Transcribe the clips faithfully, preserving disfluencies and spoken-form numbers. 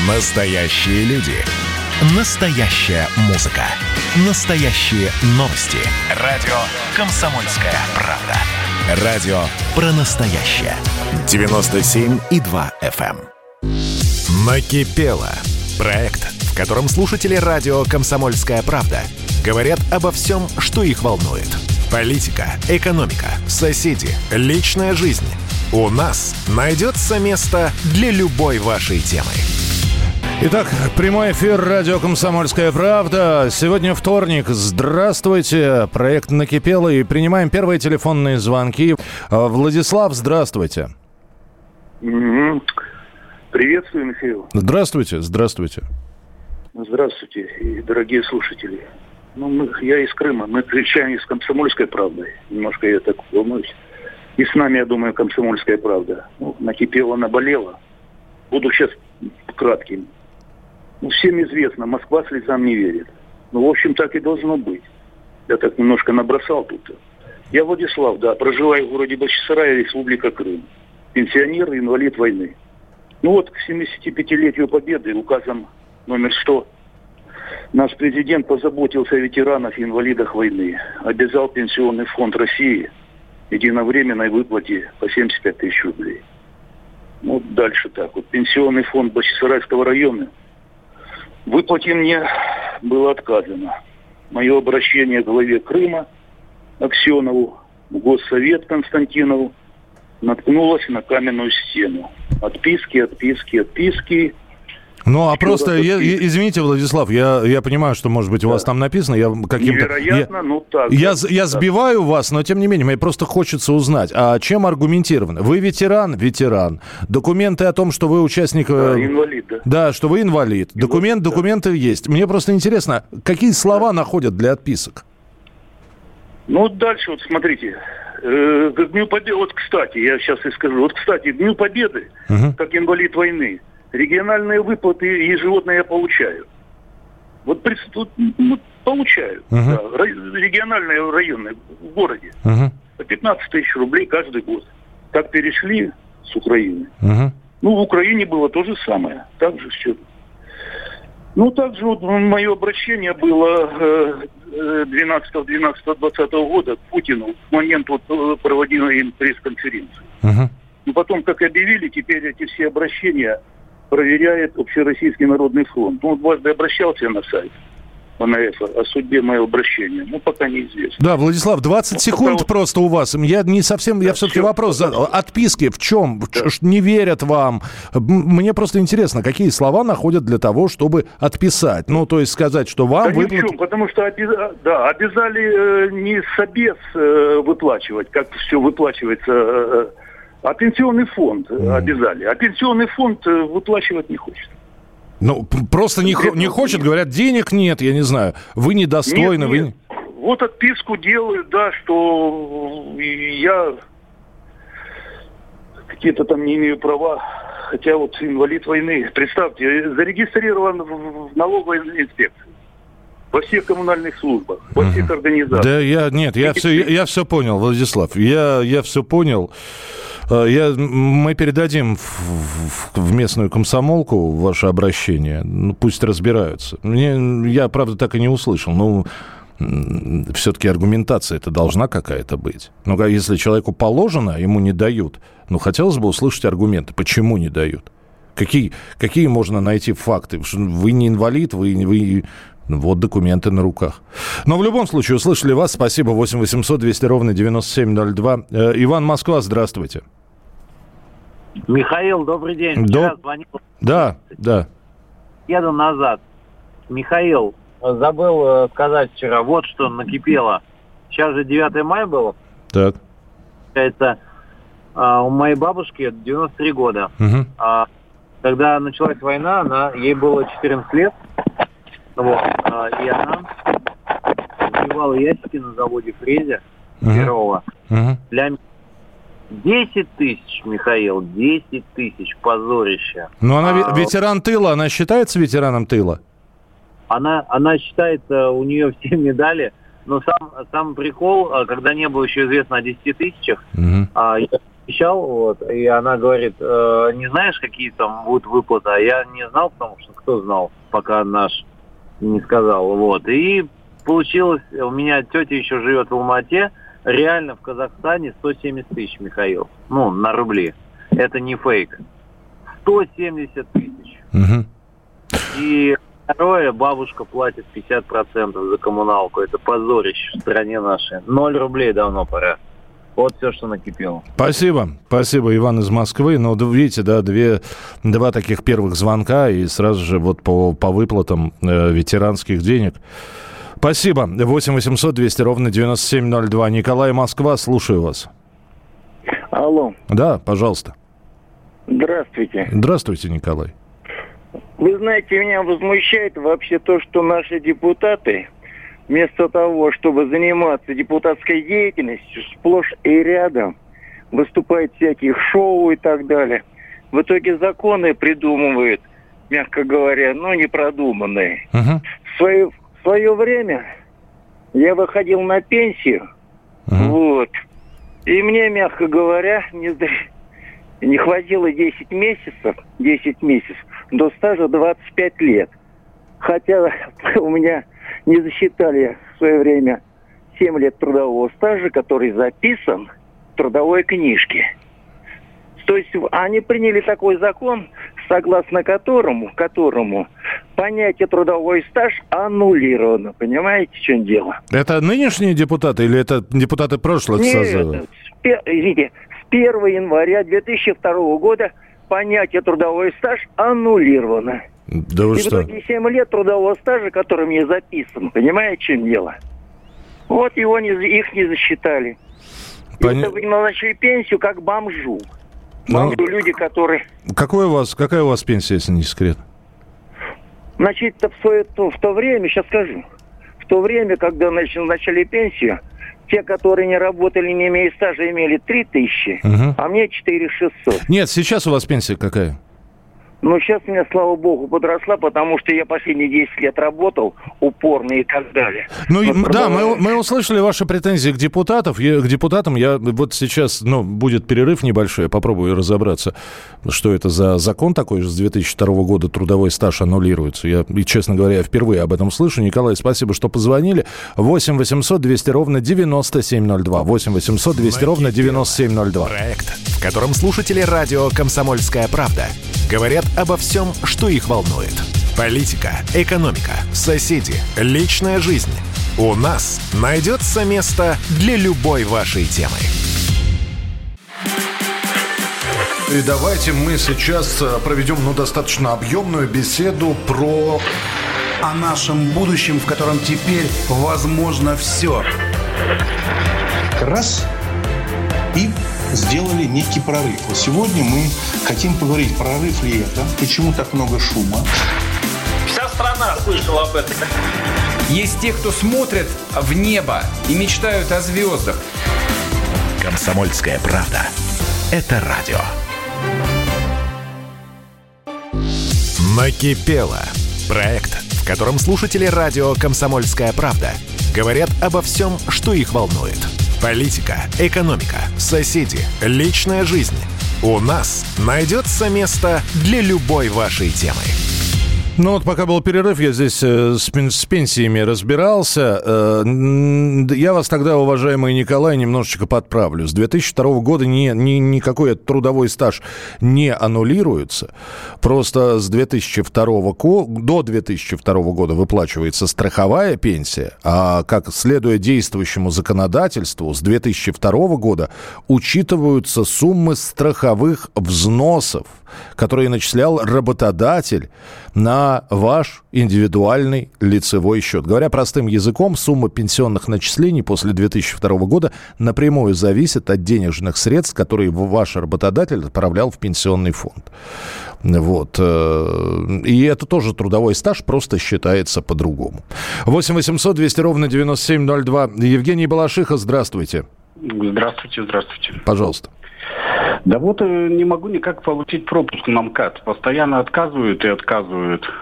Настоящие люди. Настоящая музыка. Настоящие новости. Радио «Комсомольская правда». Радио про настоящее. девяносто семь и два эф эм. Накипело. Проект, в котором слушатели радио «Комсомольская правда» говорят обо всем, что их волнует. Политика, экономика, соседи, личная жизнь. У нас найдется место для любой вашей темы. Итак, прямой эфир радио «Комсомольская правда». Сегодня вторник. Здравствуйте. Проект «Накипело». И принимаем первые телефонные звонки. Владислав, здравствуйте. Mm-hmm. Приветствую, Михаил. Здравствуйте, здравствуйте. Здравствуйте, и дорогие слушатели. Ну, мы, я из Крыма. Мы встречаемся с «Комсомольской правдой». Немножко я так волнуюсь. И с нами, я думаю, «Комсомольская правда». Ну, накипело, наболело. Буду сейчас кратким. Ну, всем известно, Москва слезам не верит. Ну, в общем, так и должно быть. Я так немножко набросал тут. Я Владислав, да, проживаю в городе Бахчисарай, Республика Крым. Пенсионер, инвалид войны. Ну вот, к семидесятипятилетию Победы указом номер сто наш президент позаботился о ветеранах и инвалидах войны. Обязал Пенсионный фонд России единовременной выплате по семьдесят пять тысяч рублей. Ну, дальше так вот. Пенсионный фонд Бахчисарайского района. В выплате мне было отказано. Мое обращение к главе Крыма Аксенову, в Госсовет Константинову наткнулось на каменную стену. Отписки, отписки, отписки. Ну, а просто, я, извините, Владислав, я, я понимаю, что, может быть, у да. вас там написано, я каким-то... Невероятно, я, ну так. Я, да, я да. сбиваю вас, но, тем не менее, мне просто хочется узнать, а чем аргументировано? Вы ветеран? Ветеран. Документы о том, что вы участник... Да, инвалид, да. Да, что вы инвалид. инвалид Документ, да. Документы есть. Мне просто интересно, какие слова да. находят для отписок? Ну, дальше вот смотрите. Э, к Дню Победы, вот, кстати, я сейчас и скажу, вот, кстати, к Дню Победы, угу. как инвалид войны, региональные выплаты ежегодно я получаю. Вот, вот ну, получаю. Uh-huh. Да, региональные районы в городе. Uh-huh. По пятнадцать тысяч рублей каждый год. Так перешли с Украины. Uh-huh. Ну, в Украине было то же самое. Так же все. Ну, также вот мое обращение было двенадцатого двенадцатого двадцатого года к Путину в момент вот проводимой им пресс-конференции. Uh-huh. Ну, потом, как объявили, теперь эти все обращения проверяет Общероссийский народный фронт. Ну, дважды обращался я на сайт ОНФ о судьбе моего обращения. Ну, пока неизвестно. Да, Владислав, двадцать секунд вот просто у вас. Я не совсем, да, я все-таки все, вопрос задал. Отписки в чем? Да. Не верят вам? Мне просто интересно, какие слова находят для того, чтобы отписать? Ну, то есть сказать, что вам... Да выплат... ни в чем, потому что обяз... да, обязали э, не собес э, выплачивать, как все выплачивается... Э, А пенсионный фонд mm. обязали. А пенсионный фонд выплачивать не хочет. Ну, просто не, не хочет, говорят, денег нет, я не знаю. Вы недостойны. Нет, вы... нет. Вот отписку делают, да, что я какие-то там не имею права. Хотя вот инвалид войны, представьте, зарегистрирован в налоговой инспекции. Во всех коммунальных службах, во uh-huh. всех организациях. Да, я, нет, я все, я, я все понял, Владислав, я, я все понял. Я, мы передадим в, в, в местную комсомолку ваше обращение, ну, пусть разбираются. Мне, я, правда, так и не услышал, ну, все-таки аргументация-то должна какая-то быть. Ну, если человеку положено, ему не дают, ну, хотелось бы услышать аргументы, почему не дают. Какие, какие можно найти факты? Вы не инвалид, вы... вы вот документы на руках. Но в любом случае, услышали вас. Спасибо. восемь восемьсот двести ровно девяносто семь ноль два. Э, Иван, Москва, здравствуйте. Михаил, добрый день. До... Вчера звонил. Да, да. Еду назад. Михаил, забыл сказать вчера, вот что накипело. Сейчас же девятое мая было. Так. Это а, у моей бабушки девяносто три года. Угу. А, когда началась война, она, ей было четырнадцать лет. Вот, и она сбивала ящики на заводе Фрезя Перова uh-huh. для десять тысяч, Михаил, десять тысяч, позорище. Но она а, ветеран тыла, она считается ветераном тыла? Она, она считается, у нее все медали, но сам, сам прикол, когда не было еще известно о десяти тысячах, uh-huh. обещал, вот, и она говорит, э, не знаешь, какие там будут выплаты, а я не знал, потому что кто знал, пока наш не сказал, вот, и получилось, у меня тетя еще живет в Алма-Ате, реально в Казахстане сто семьдесят тысяч, Михаил, ну, на рубли, это не фейк, сто семьдесят тысяч, угу. И второе, бабушка платит пятьдесят процентов за коммуналку, это позорище в стране нашей, ноль рублей давно пора. Вот все, что накипело. Спасибо. Спасибо, Иван из Москвы. Ну, видите, да, две, два таких первых звонка и сразу же вот по, по выплатам э, ветеранских денег. Спасибо. восемь восемьсот двести ровно девяносто семь ноль два. Николай, Москва, слушаю вас. Алло. Да, пожалуйста. Здравствуйте. Здравствуйте, Николай. Вы знаете, меня возмущает вообще то, что наши депутаты... Вместо того, чтобы заниматься депутатской деятельностью, сплошь и рядом выступают всяких шоу и так далее. В итоге законы придумывают, мягко говоря, но не продуманные. Uh-huh. В, свое, в свое время я выходил на пенсию, uh-huh. вот, и мне, мягко говоря, не, не хватило десять месяцев, десять месяцев до стажа двадцать пять лет. Хотя у меня... Не засчитали в свое время семь лет трудового стажа, который записан в трудовой книжке. То есть они приняли такой закон, согласно которому, которому понятие трудовой стаж аннулировано. Понимаете, в чем дело? Это нынешние депутаты или это депутаты прошлых Нет, созывов? Нет, извините, с первого января две тысячи второго года понятие трудовой стаж аннулировано. Да вы и что? в итоге семь лет трудового стажа, который мне записан, понимаете, в чем дело? Вот его не, их не засчитали. Пон... И назначили пенсию как бомжу. Ну, бомжу люди, которые... Какой у вас, какая у вас пенсия, если не секрет? Значит, в, свое, в то время, сейчас скажу, в то время, когда назначили пенсию, те, которые не работали, не имея стажа, имели три тысячи, угу. а мне четыре тысячи шестьсот. Нет, сейчас у вас пенсия какая? Ну, сейчас у меня, слава богу, подросла, потому что я последние десять лет работал упорно и так далее. Ну, Но да, мы, мы услышали ваши претензии к депутатам. Я, к депутатам. Я вот сейчас, ну, будет перерыв небольшой, я попробую разобраться, что это за закон такой же с две тысячи второго года, трудовой стаж аннулируется. Я, и, честно говоря, впервые об этом слышу. Николай, спасибо, что позвонили. восемь восемьсот двести ровно девяносто семь ноль два. восемь восемьсот двести ровно девяносто семь ноль два. Проект, в котором слушатели радио «Комсомольская правда» говорят обо всем, что их волнует. Политика, экономика, соседи, личная жизнь. У нас найдется место для любой вашей темы. И давайте мы сейчас проведем, ну, достаточно объемную беседу про... О нашем будущем, в котором теперь возможно все. Раз и сделали некий прорыв. Вот сегодня мы хотим поговорить, прорыв ли это, почему так много шума. Вся страна слышала об этом. Есть те, кто смотрят в небо и мечтают о звездах. «Комсомольская правда» — это радио. Накипело. Проект, в котором слушатели радио «Комсомольская правда» говорят обо всем, что их волнует. Политика, экономика, соседи, личная жизнь. У нас найдется место для любой вашей темы. Ну вот пока был перерыв, я здесь э, с, с пенсиями разбирался. Э, я вас тогда, уважаемый Николай, немножечко подправлю. С две тысячи второго года ни, ни, никакой трудовой стаж не аннулируется. Просто с две тысячи второго до две тысячи второго года выплачивается страховая пенсия, а как следуя действующему законодательству, с две тысячи второго года учитываются суммы страховых взносов, которые начислял работодатель на ваш индивидуальный лицевой счет. Говоря простым языком, сумма пенсионных начислений после две тысячи второго года напрямую зависит от денежных средств, которые ваш работодатель отправлял в пенсионный фонд. Вот. И это тоже трудовой стаж, просто считается по-другому. восемь восемьсот двести ровно девяносто семь ноль два. Евгений Балашиха, здравствуйте. Здравствуйте, здравствуйте. Пожалуйста. Да вот не могу никак получить пропуск на МКАД. Постоянно отказывают и отказывают.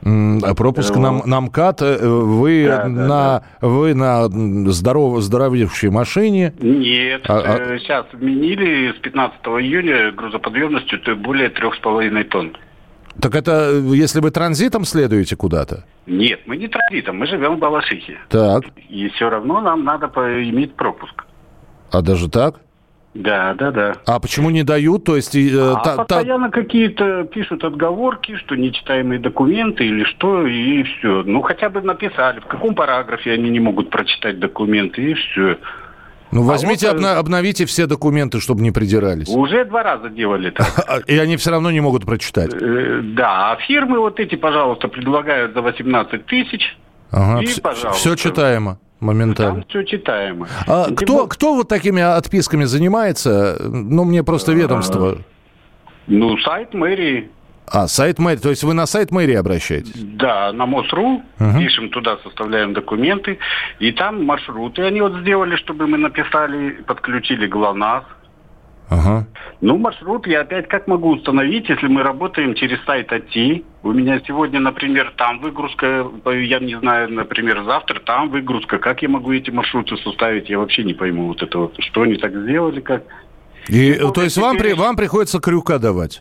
А пропуск на, на МКАД, вы, да, на, да, да. вы на здоров, здоровевшей машине? Нет, а, а... сейчас вменили с пятнадцатого июня грузоподъемностью более трех с половиной тонн. Так это если вы транзитом следуете куда-то? Нет, мы не транзитом, мы живем в Балашихе. Так. И все равно нам надо иметь пропуск. А даже так? Да, да, да. А почему не дают? То есть, э, а та, постоянно та... какие-то пишут отговорки, что нечитаемые документы или что, и все. Ну, хотя бы написали, в каком параграфе они не могут прочитать документы, и все. Ну, возьмите, а вот, обна- обновите все документы, чтобы не придирались. Уже два раза делали так. И они все равно не могут прочитать? Да, а фирмы вот эти, пожалуйста, предлагают за восемнадцать тысяч. Ага, и, пожалуйста. Все читаемо. Моментально. Там все читаемо. А кто, кто вот такими отписками занимается? Ну, мне просто ведомство. Ну, сайт мэрии. А, сайт мэрии. То есть вы на сайт мэрии обращаетесь? Да, на МОСРУ. Uh-huh. Пишем туда, составляем документы. И там маршруты они вот сделали, чтобы мы написали, подключили ГЛОНАСС. Ага. Ну, маршрут я опять как могу установить, если мы работаем через сайт АТИ. У меня сегодня, например, там выгрузка, я не знаю, например, завтра там выгрузка. Как я могу эти маршруты составить, я вообще не пойму вот это вот. Что они так сделали, как... И, и то есть вам, при, вам приходится крюка давать?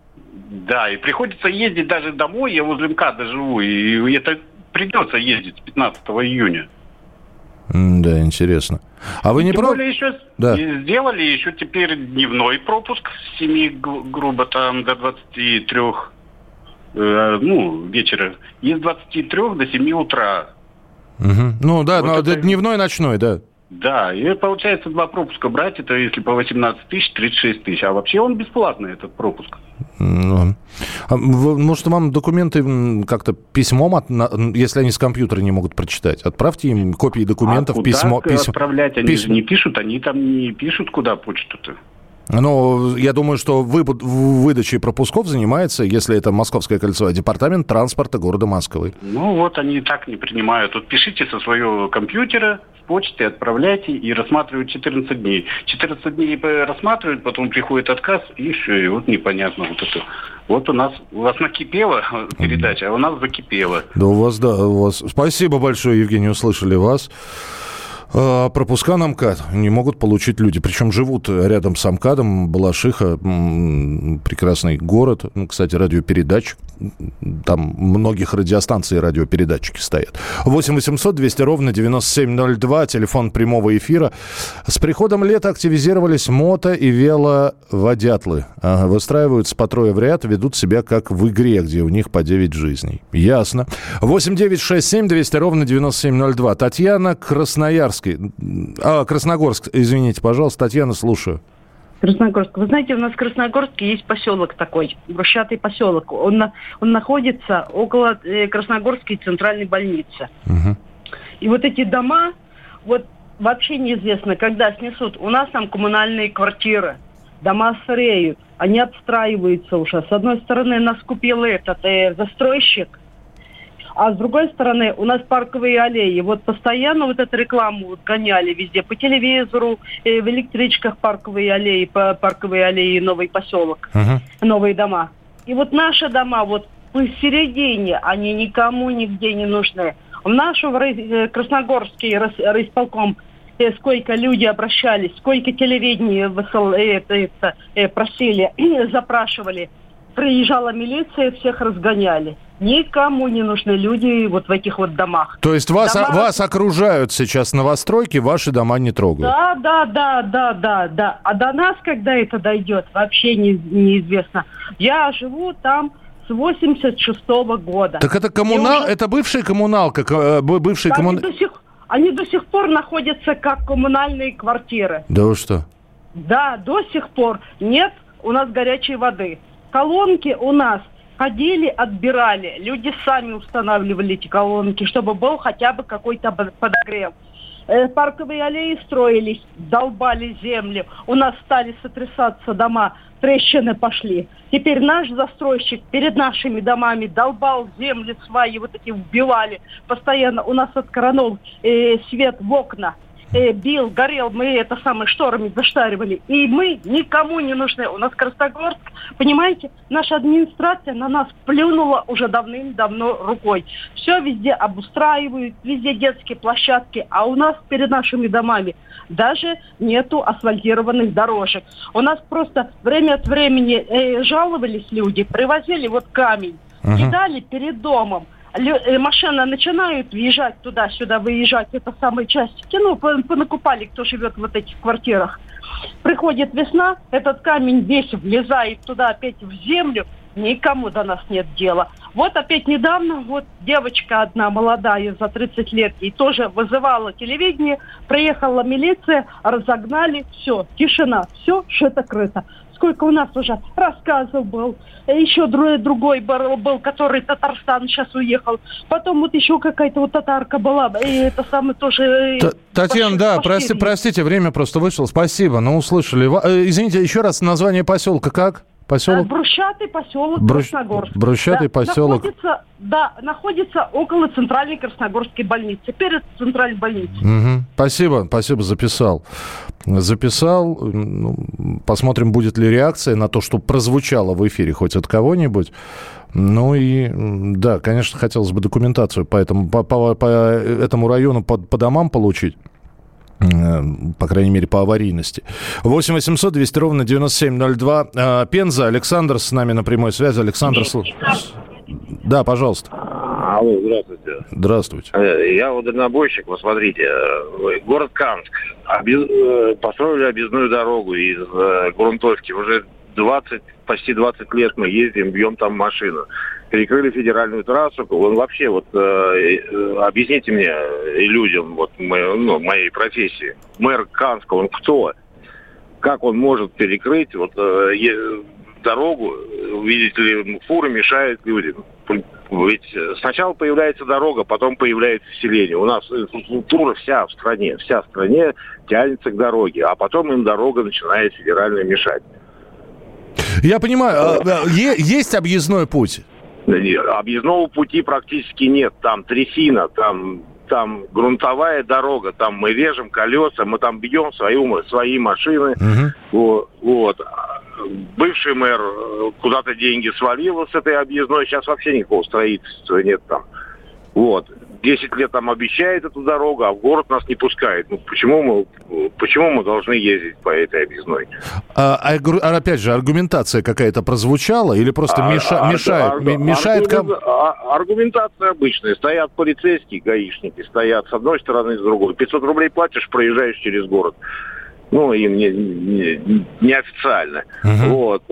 Да, и приходится ездить даже домой, я возле МКАДа живу, и это придется ездить пятнадцатого июня. Да, интересно. А вы не Тем про... более еще да. сделали еще теперь дневной пропуск с семи, грубо там, до двадцати трёх, э, ну, вечера, и с двадцати трёх до семи утра. Угу. Ну, да, вот но это... дневной, ночной, да. Да, и получается два пропуска брать, это если по восемнадцать тысяч, тридцать шесть тысяч, а вообще он бесплатный, этот пропуск. Ну, а, может, вам документы как-то письмом, от, если они с компьютера не могут прочитать, отправьте им копии документов, а письмо. Куда отправлять? Они письмо. же не пишут, они там не пишут, куда почту-то. Ну, я думаю, что вы, выдачей пропусков занимается, если это Московское кольцо, департамент транспорта города Москвы. Ну, вот они и так не принимают. Вот пишите со своего компьютера, с почты, отправляйте и рассматривают четырнадцать дней. четырнадцать дней рассматривают, потом приходит отказ, и все, и вот непонятно вот это. Вот у нас, у вас накипела передача, а у нас закипела. Да у вас, да, у вас. Спасибо большое, Евгений, услышали вас. Пропуска на МКАД не могут получить люди. Причем живут рядом с МКАДом. Балашиха, прекрасный город. Ну, кстати, радиопередатчик. Там многих радиостанций радиопередатчики стоят. восемь восемьсот двести ровно девяносто семь ноль два. Телефон прямого эфира. С приходом лета активизировались мото- и веловодятлы. Выстраиваются по трое в ряд, ведут себя как в игре, где у них по девять жизней. Ясно. восемь девять шесть семь двести ровно девяносто семь ноль два. Татьяна, Красноярск. А, Красногорск, извините, пожалуйста, Татьяна, слушаю. Красногорск. Вы знаете, у нас в Красногорске есть поселок такой, брусчатый поселок. Он, он находится около э, Красногорской центральной больницы. Угу. И вот эти дома, вот вообще неизвестно, когда снесут. У нас там коммунальные квартиры, дома стареют, они обстраиваются уже. С одной стороны, нас купил этот э, застройщик, а с другой стороны, у нас парковые аллеи. Вот постоянно вот эту рекламу вот гоняли везде. По телевизору, э, в электричках парковые аллеи, по парковые аллеи, новый поселок, uh-huh. новые дома. И вот наши дома вот посередине, они никому нигде не нужны. В нашу в Красногорский райисполком э, сколько люди обращались, сколько телевидения высыл, э, это, это, э, просили, запрашивали. Приезжала милиция, всех разгоняли. Никому не нужны люди вот в этих вот домах. То есть вас, дома... вас окружают сейчас новостройки, ваши дома не трогают? Да, да, да, да, да, да. А до нас, когда это дойдет, вообще не, неизвестно. Я живу там с восемьдесят шестого года. Так это коммунал, уже... это бывшая коммуналка, бывший коммун... Они до сих... Они до сих пор находятся как коммунальные квартиры. Да вы что? Да, до сих пор. Нет у нас горячей воды. Колонки у нас ходили, отбирали. Люди сами устанавливали эти колонки, чтобы был хотя бы какой-то подогрев. Э, парковые аллеи строились, долбали землю. У нас стали сотрясаться дома, трещины пошли. Теперь наш застройщик перед нашими домами долбал земли свои, вот эти вбивали. Постоянно у нас откранул э, свет в окна. э, бил, горел, мы это самое шторами заштаривали. И мы никому не нужны. У нас Красногорск, понимаете, наша администрация на нас плюнула уже давным-давно рукой. Все везде обустраивают, везде детские площадки, а у нас перед нашими домами даже нету асфальтированных дорожек. У нас просто время от времени э, жаловались люди, привозили вот камень, uh-huh. кидали перед домом. Лю- машины начинают въезжать туда-сюда, выезжать, это самые части. Ну, понакупали, кто живет в вот этих квартирах. Приходит весна, этот камень весь влезает туда опять в землю, никому до нас нет дела. Вот опять недавно, вот девочка одна молодая, за тридцать лет, и тоже вызывала телевидение, приехала милиция, разогнали, все, тишина, все шито-крыто. Сколько у нас уже рассказов был. Еще другой, другой был, который Татарстан сейчас уехал. Потом вот еще какая-то вот татарка была. И это самое тоже... Т- Татьяна, да, прости, простите, время просто вышло. Спасибо, ну услышали. Извините, еще раз название поселка как? Поселок? Брусчатый поселок Бруш... Красногорск. Брусчатый да, поселок. Находится, да, находится около центральной Красногорской больницы, перед центральной больницей. Угу. Спасибо, спасибо, записал. Записал. Ну, посмотрим, будет ли реакция на то, что прозвучало в эфире хоть от кого-нибудь. Ну и, да, конечно, хотелось бы документацию по этому, по, по, по этому району, по, по домам получить. По крайней мере, по аварийности. восемь восемьсот двести ровно девяносто семь ноль два. Пенза, Александр с нами на прямой связи. Александр, слушай. Да, пожалуйста. Алло, здравствуйте. Здравствуйте. Я вот дальнобойщик, вот смотрите, город Канск. Обез... Построили объездную дорогу из Грунтовки. Уже двадцать, почти двадцать лет мы ездим, бьем там машину. Перекрыли федеральную трассу. Он вообще, вот, э, объясните мне и людям, вот, мой, ну, моей профессии, мэр Канска, он кто? Как он может перекрыть вот, э, е- дорогу? Видите ли, фуры мешают людям. Ведь сначала появляется дорога, потом появляется селение. У нас инфраструктура вся в стране, вся в стране тянется к дороге, а потом им дорога начинает федерально мешать. Я понимаю, есть объездной путь? Объездного пути практически нет. Там трясина, там, там грунтовая дорога, там мы режем колеса, мы там бьем свою, свои машины. Uh-huh. Вот, вот. Бывший мэр куда-то деньги свалил с этой объездной, сейчас вообще никакого строительства нет там. Вот. десять лет там обещает эту дорогу, а в город нас не пускает. Ну, почему мы, почему мы должны ездить по этой объездной? А, а опять же, аргументация какая-то прозвучала или просто а, меша, ар, мешает? Ар, мешает аргумент, ком... Аргументация обычная. Стоят полицейские, гаишники, стоят с одной стороны, с другой. пятьсот рублей платишь, проезжаешь через город. Ну, им не, не, не официально. Uh-huh. Вот.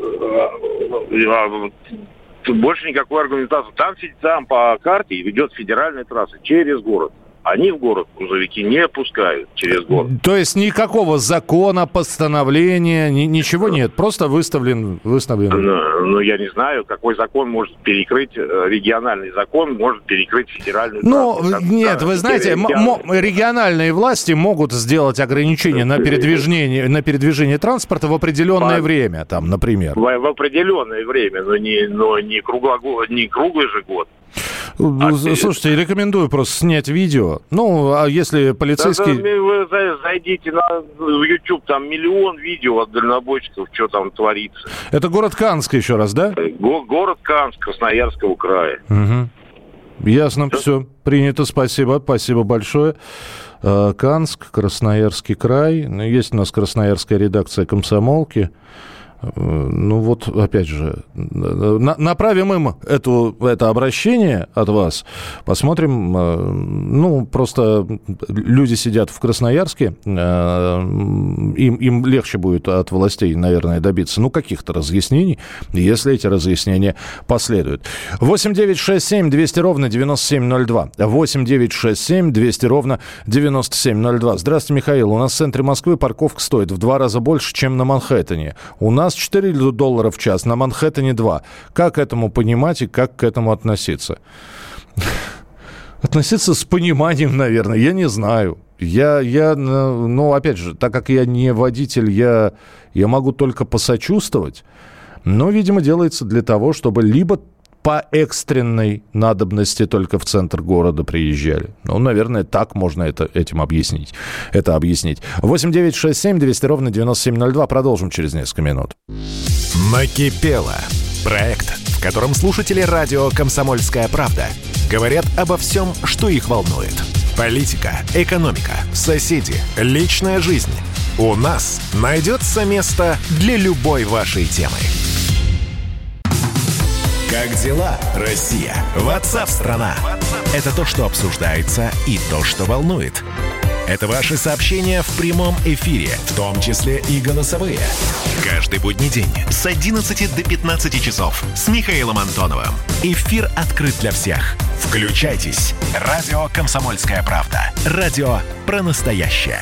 Тут больше никакой аргументации. Там, там по карте ведет федеральная трасса через город. Они в город грузовики не пускают через город. То есть никакого закона, постановления, ни, ничего нет? Просто выставлен... выставлен. Ну, ну, я не знаю, какой закон может перекрыть, региональный закон может перекрыть федеральную ну, трассу. Ну, нет, вы знаете, м- м- региональные власти могут сделать ограничения на передвижение, на передвижение транспорта в определенное По... время, там, например. В, в определенное время, но не, но не, круглого, не круглый же год. Слушайте, рекомендую просто снять видео. Ну, а если полицейский... Да, вы зайдите на YouTube, там миллион видео от дальнобойщиков, что там творится. Это город Канск еще раз, да? Го- город Канск, Красноярского края. Угу. Ясно, все. все. Принято, спасибо. Спасибо большое. Канск, Красноярский край. Есть у нас красноярская редакция «Комсомолки». Ну вот, опять же, на, направим им эту, это обращение от вас, посмотрим, ну, просто люди сидят в Красноярске, им, им легче будет от властей, наверное, добиться, ну, каких-то разъяснений, если эти разъяснения последуют. восемь девятьсот шестьдесят семь двести ровно девяносто семь ноль два, восемь девятьсот шестьдесят семь двести ровно девяносто семь ноль два. Здравствуйте, Михаил, у нас в центре Москвы парковка стоит в два раза больше, чем на Манхэттене. У нас четыре доллара в час, на Манхэттене два. Как этому понимать и как к этому относиться? Относиться с пониманием, наверное, я не знаю. Я, я, ну, опять же, так как я не водитель, я, я могу только посочувствовать. Но, видимо, делается для того, чтобы либо по экстренной надобности только в центр города приезжали. Ну, наверное, так можно это, этим объяснить. Это объяснить. восемь девятьсот шестьдесят семь двести ровно девяносто семь ноль два. Продолжим через несколько минут. Накипело. Проект, в котором слушатели радио «Комсомольская правда» говорят обо всем, что их волнует. Политика, экономика, соседи, личная жизнь. У нас найдется место для любой вашей темы. Как дела, Россия? Ватсап-страна! Это то, что обсуждается, и то, что волнует. Это ваши сообщения в прямом эфире, в том числе и голосовые. Каждый будний день с одиннадцати до пятнадцати часов с Михаилом Антоновым. Эфир открыт для всех. Включайтесь. Радио «Комсомольская правда». Радио про настоящее.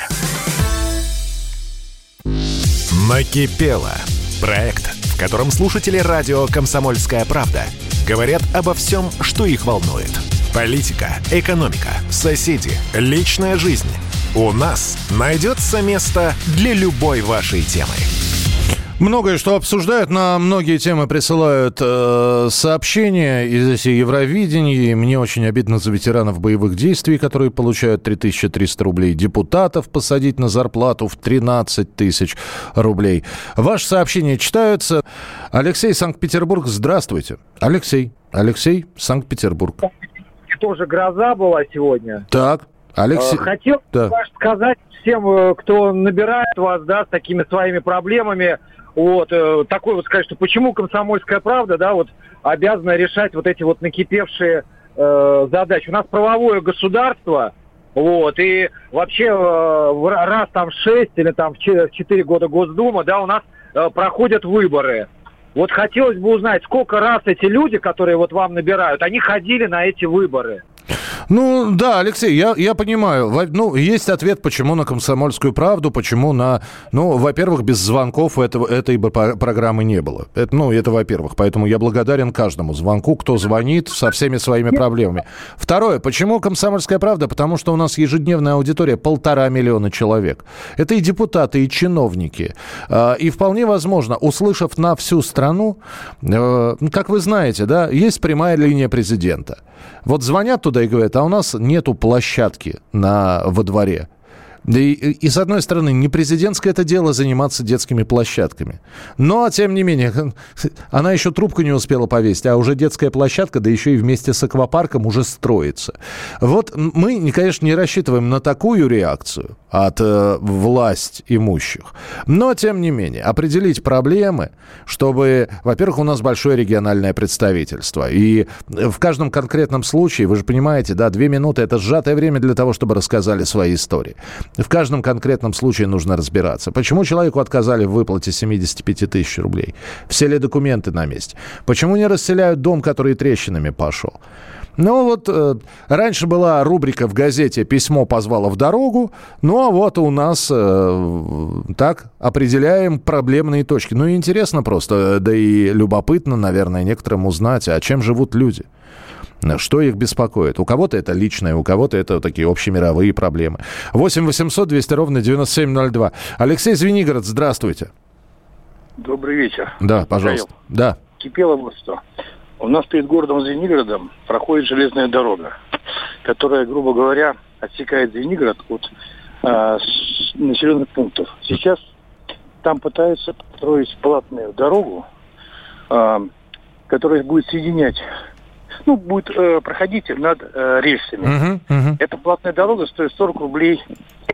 Накипело. Проект, в котором слушатели радио «Комсомольская правда» говорят обо всем, что их волнует. Политика, экономика, соседи, личная жизнь. У нас найдется место для любой вашей темы. Многое, что обсуждают, на многие темы присылают э, сообщения. И здесь и Евровидение, и мне очень обидно за ветеранов боевых действий, которые получают три тысячи триста рублей. Депутатов посадить на зарплату в тринадцать тысяч рублей. Ваши сообщения читаются. Алексей, Санкт-Петербург, здравствуйте. Алексей, Алексей, Санкт-Петербург. Тоже гроза была сегодня. Так, Алексей. Хотел да. сказать всем, кто набирает вас, да, с такими своими проблемами, вот, такой вот сказать, что почему «Комсомольская правда», да, вот, обязана решать вот эти вот накипевшие э, задачи. У нас правовое государство, вот, и вообще э, раз там в шесть или там в четыре года Госдума, да, у нас э, проходят выборы. Вот хотелось бы узнать, сколько раз эти люди, которые вот вам набирают, они ходили на эти выборы? Ну, да, Алексей, я, я понимаю. Ну, есть ответ, почему на «Комсомольскую правду», почему на... Ну, во-первых, без звонков этого, этой бы программы не было. Это, ну, это во-первых. Поэтому я благодарен каждому звонку, кто звонит со всеми своими проблемами. Второе, почему «Комсомольская правда»? Потому что у нас ежедневная аудитория полтора миллиона человек. Это и депутаты, и чиновники. И вполне возможно, услышав на всю страну, как вы знаете, да, есть прямая линия президента. Вот звонят туда и говорят, а у нас нету площадки на, во дворе. И, и, и, с одной стороны, не президентское это дело заниматься детскими площадками. Но, тем не менее, она еще трубку не успела повесить, а уже детская площадка, да еще и вместе с аквапарком уже строится. Вот мы, конечно, не рассчитываем на такую реакцию от э, власть имущих. Но, тем не менее, определить проблемы, чтобы, во-первых, у нас большое региональное представительство. И в каждом конкретном случае, вы же понимаете, да, две минуты – это сжатое время для того, чтобы рассказали свои истории. В каждом конкретном случае нужно разбираться. Почему человеку отказали в выплате семьдесят пять тысяч рублей? Все ли документы на месте? Почему не расселяют дом, который трещинами пошел? Ну вот, э, раньше была рубрика в газете «Письмо позвало в дорогу», ну а вот у нас э, так определяем проблемные точки. Ну и интересно просто, да и любопытно, наверное, некоторым узнать, а чем живут люди. Что их беспокоит? У кого-то это личное, у кого-то это такие общемировые проблемы. восемь восемьсот двести ровно девяносто семь ноль два. Алексей, Звенигород, здравствуйте. Добрый вечер. Да, пожалуйста. Михаил. Да. Кипело вот что. У нас перед городом Звенигородом проходит железная дорога, которая, грубо говоря, отсекает Звенигород от э, населенных пунктов. Сейчас там пытаются построить платную дорогу, э, которая будет соединять, ну, будет э, проходить над э, рельсами. Uh-huh, uh-huh. Эта платная дорога стоит сорок рублей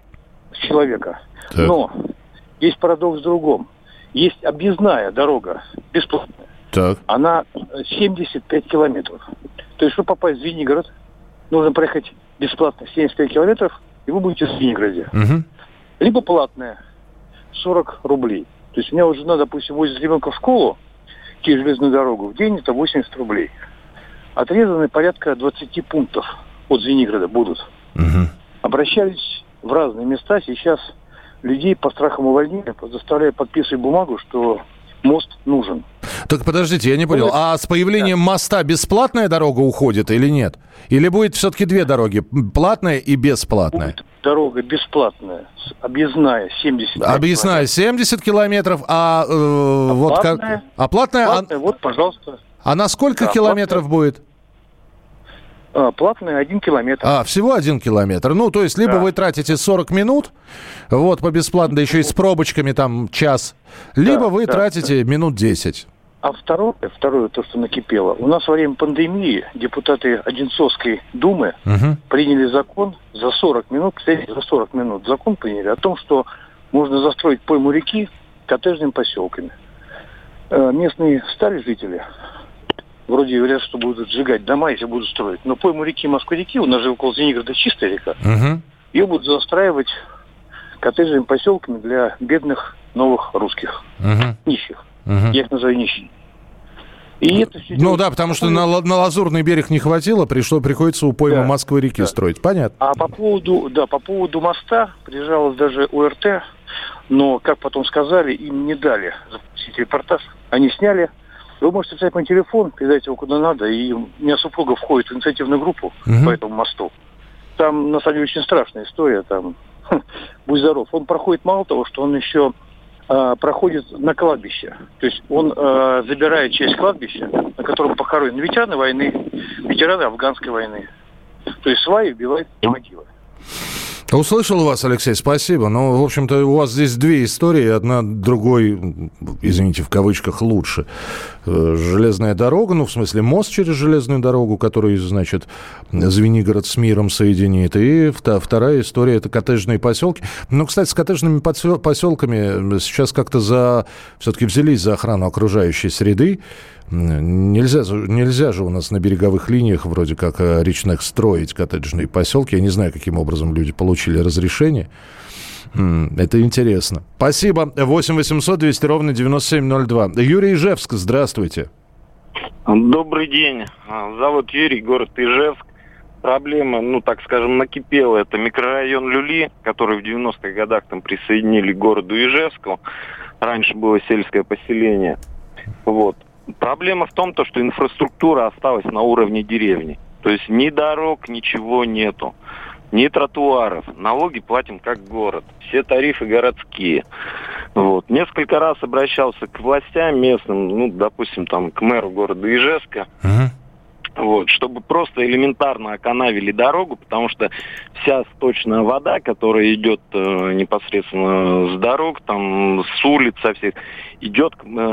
с человека. Так. Но есть парадокс в другом. Есть объездная дорога, бесплатная. Так. Она семьдесят пять километров. То есть, чтобы попасть в Звенигород, нужно проехать бесплатно семьдесят пять километров, и вы будете в Звенигороде. Uh-huh. Либо платная, сорок рублей. То есть, у меня уже жена, допустим, возит ребенка в школу, через железную дорогу, в день это восемьдесят рублей. Отрезаны порядка двадцать пунктов от Звенигорода будут. Угу. Обращались в разные места. Сейчас людей по страхам увольнения заставляют подписывать бумагу, что мост нужен. Так подождите, я не понял. А с появлением да. моста бесплатная дорога уходит или нет? Или будет все-таки две дороги? Платная и бесплатная? Будет дорога бесплатная, объездная семьдесят. Объездная семьдесят километров, а, э, а вот платная, как... А платная? платная а... вот, пожалуйста. А на сколько да, километров платная... будет? А, платный один километр. А, всего один километр. Ну, то есть, либо да. вы тратите сорок минут, вот, по бесплатно, еще и с пробочками там час, либо да, вы да, тратите да. минут десять. А второе, второе, то, что накипело. У нас во время пандемии депутаты Одинцовской думы угу. приняли закон за сорок минут, кстати, за сорок минут закон приняли о том, что можно застроить пойму реки коттеджными поселками. Местные стали жители, вроде говорят, что будут сжигать дома, если будут строить. Но пойму реки Москвы-реки, у нас же около Звенигорода чистая река, угу. ее будут застраивать коттеджными поселками для бедных новых русских, угу. нищих. Угу. Я их называю нищими. И это все ну да, потому что на, на Лазурный берег не хватило, пришло, приходится у поймы да, Москвы-реки да. строить. Понятно. А по поводу, да, по поводу моста приезжалось даже ОРТ, но, как потом сказали, им не дали запустить репортаж. Они сняли. Вы можете взять мой телефон, передать его куда надо, и у меня супруга входит в инициативную группу угу. по этому мосту. Там, на самом деле, очень страшная история. Там, будь здоров. Он проходит мало того, что он еще проходит на кладбище. То есть он э, забирает часть кладбища, на котором похоронены ветераны войны, ветераны афганской войны. То есть сваи вбивает в могилы. Услышал вас, Алексей, спасибо. Ну, в общем-то, у вас здесь две истории, одна другой, извините, в кавычках, лучше. Железная дорога, ну, в смысле, мост через железную дорогу, который, значит, Звенигород с миром соединит. И вторая история – это коттеджные поселки. Ну, кстати, с коттеджными поселками сейчас как-то за, все-таки взялись за охрану окружающей среды. Нельзя, нельзя же у нас на береговых линиях, вроде как речных, строить коттеджные поселки. Я не знаю, каким образом люди получили разрешение. Это интересно. Спасибо. восемь восемьсот двести ровно девяносто семь ноль два. Юрий Ижевск, здравствуйте. Добрый день. Зовут Юрий, город Ижевск. Проблема, ну, так скажем, накипела. Это микрорайон Люли, который в девяностых годах там присоединили к городу Ижевску. Раньше было сельское поселение. Вот. Проблема в том, то, что инфраструктура осталась на уровне деревни. То есть ни дорог, ничего нету. Ни тротуаров. Налоги платим как город. Все тарифы городские. Вот. Несколько раз обращался к властям местным, ну, допустим, там, к мэру города Ижевска. Uh-huh. Вот, чтобы просто элементарно оканавили дорогу, потому что вся сточная вода, которая идет э, непосредственно с дорог, там, с улиц, со всех, идет,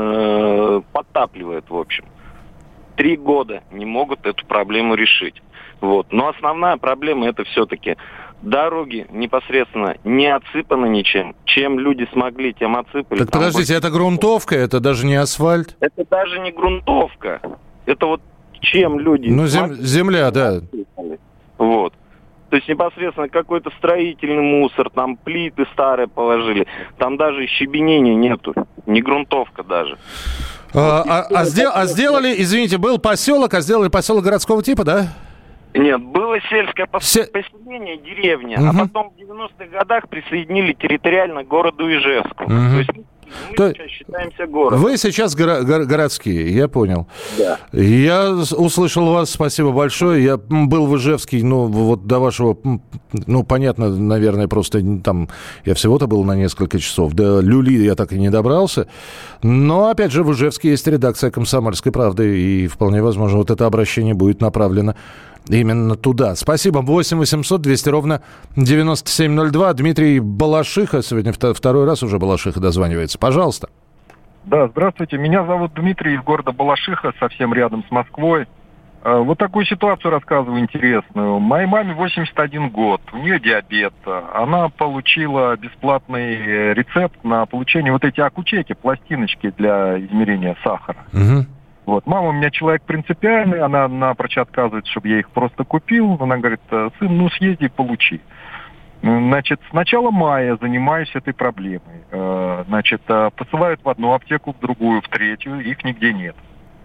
э, подтапливает, в общем. Три года не могут эту проблему решить. Вот. Но основная проблема это все-таки дороги непосредственно не отсыпаны ничем. Чем люди смогли, тем отсыпали. Так подождите, больше... это грунтовка, это даже не асфальт? Это даже не грунтовка. Это вот чем люди... Ну, зем... земля, да. Вот. То есть непосредственно какой-то строительный мусор, там плиты старые положили. Там даже щебенения нету. Не грунтовка даже. А, вот. а, а, сдел... а сделали, извините, был поселок, а сделали поселок городского типа, да? Нет, было сельское поселение, деревня, угу. а потом в девяностых годах присоединили территориально к городу Ижевску. Угу. То есть мы То... сейчас считаемся городом. Вы сейчас горо- горо- городские, я понял. Да. Я услышал вас, спасибо большое. Я был в Ижевске, ну, вот до вашего, ну, понятно, наверное, просто там, я всего-то был на несколько часов. До Люли я так и не добрался. Но, опять же, в Ижевске есть редакция «Комсомольской правды», и вполне возможно, вот это обращение будет направлено именно туда. Спасибо. восемь восемьсот двести ровно девяносто семь ноль два. Дмитрий Балашиха, сегодня второй раз уже Балашиха дозванивается. Пожалуйста. Да, здравствуйте. Меня зовут Дмитрий из города Балашиха, совсем рядом с Москвой. Вот такую ситуацию рассказываю интересную. Моей маме восемьдесят один год, у нее диабет. Она получила бесплатный рецепт на получение вот эти акучеки, пластиночки для измерения сахара. Угу. Вот. Мама у меня человек принципиальный, она напрочь отказывает, чтобы я их просто купил. Она говорит: сын, ну съезди и получи. Значит, с начала мая занимаюсь этой проблемой. Значит, посылают в одну аптеку, в другую, в третью, их нигде нет.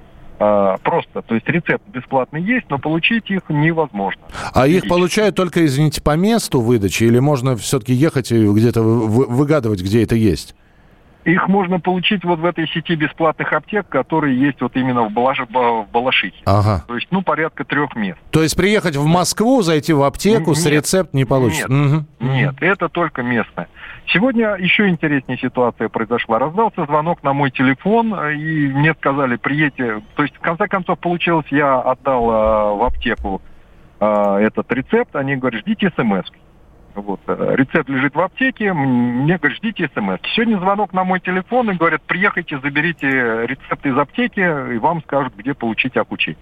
Просто, то есть рецепт бесплатный есть, но получить их невозможно. А их получают только, извините, по месту выдачи, или можно все-таки ехать и где-то выгадывать, где это есть? Их можно получить вот в этой сети бесплатных аптек, которые есть вот именно в, Балаш... в Балашихе. Ага. То есть, ну, порядка трех мест. То есть приехать в Москву, зайти в аптеку, нет, с рецепт не получится? Нет, угу. нет, это только местное. Сегодня еще интереснее ситуация произошла. Раздался звонок на мой телефон, и мне сказали, приедьте. То есть, в конце концов, получилось, я отдал э, в аптеку э, этот рецепт, они говорят, ждите смс. Вот, рецепт лежит в аптеке, мне говорят, ждите смс. Сегодня звонок на мой телефон и говорят, приехайте, заберите рецепт из аптеки, и вам скажут, где получить Акучек.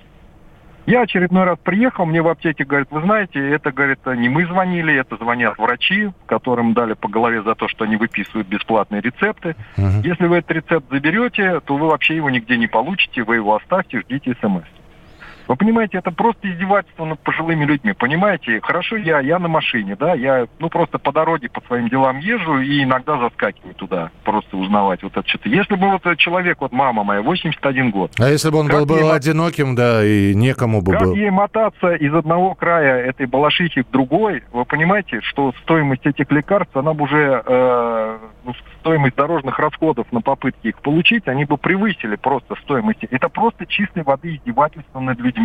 Я очередной раз приехал, мне в аптеке говорят, вы знаете, это, говорит, не мы звонили, это звонят врачи, которым дали по голове за то, что они выписывают бесплатные рецепты. Uh-huh. Если вы этот рецепт заберете, то вы вообще его нигде не получите, вы его оставьте, ждите смс. Вы понимаете, это просто издевательство над пожилыми людьми, понимаете? Хорошо, я, я на машине, да, я, ну, просто по дороге по своим делам езжу и иногда заскакиваю туда, просто узнавать вот это что-то. Если бы вот этот человек, вот мама моя, восемьдесят один год. А если бы он был, был одиноким, да, и некому бы как был? Как ей мотаться из одного края этой Балашихи к другой, вы понимаете, что стоимость этих лекарств, она бы уже, э, стоимость дорожных расходов на попытки их получить, они бы превысили просто стоимость. Это просто чистой воды издевательство над людьми.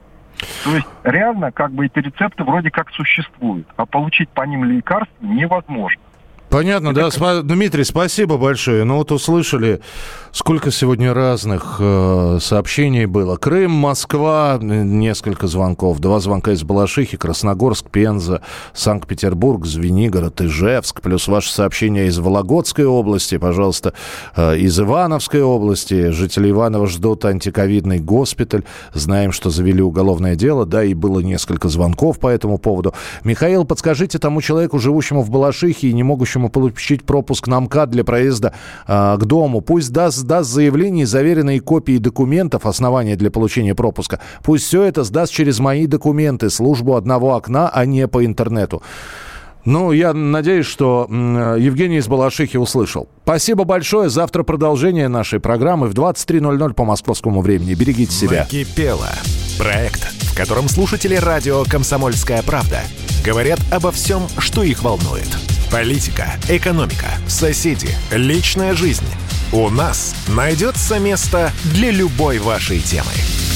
То есть реально как бы эти рецепты вроде как существуют, а получить по ним лекарства невозможно. Понятно, это да. Как... Спа... Дмитрий, спасибо большое. Ну вот услышали, сколько сегодня разных э, сообщений было. Крым, Москва, несколько звонков. Два звонка из Балашихи, Красногорск, Пенза, Санкт-Петербург, Звенигород, Ижевск. Плюс ваше сообщение из Вологодской области, пожалуйста, э, из Ивановской области. Жители Иванова ждут антиковидный госпиталь. Знаем, что завели уголовное дело, да, и было несколько звонков по этому поводу. Михаил, подскажите тому человеку, живущему в Балашихе и не могущему получить пропуск на МКАД для проезда э, к дому. Пусть даст, даст заявление и заверенные копии документов, основания для получения пропуска. Пусть все это сдаст через мои документы, службу одного окна, а не по интернету. Ну, я надеюсь, что э, Евгений из Балашихи услышал. Спасибо большое. Завтра продолжение нашей программы в двадцать три ноль ноль по московскому времени. Берегите себя. Накипело. Проект, в котором слушатели радио «Комсомольская правда» говорят обо всем, что их волнует. Политика, экономика, соседи, личная жизнь. У нас найдется место для любой вашей темы.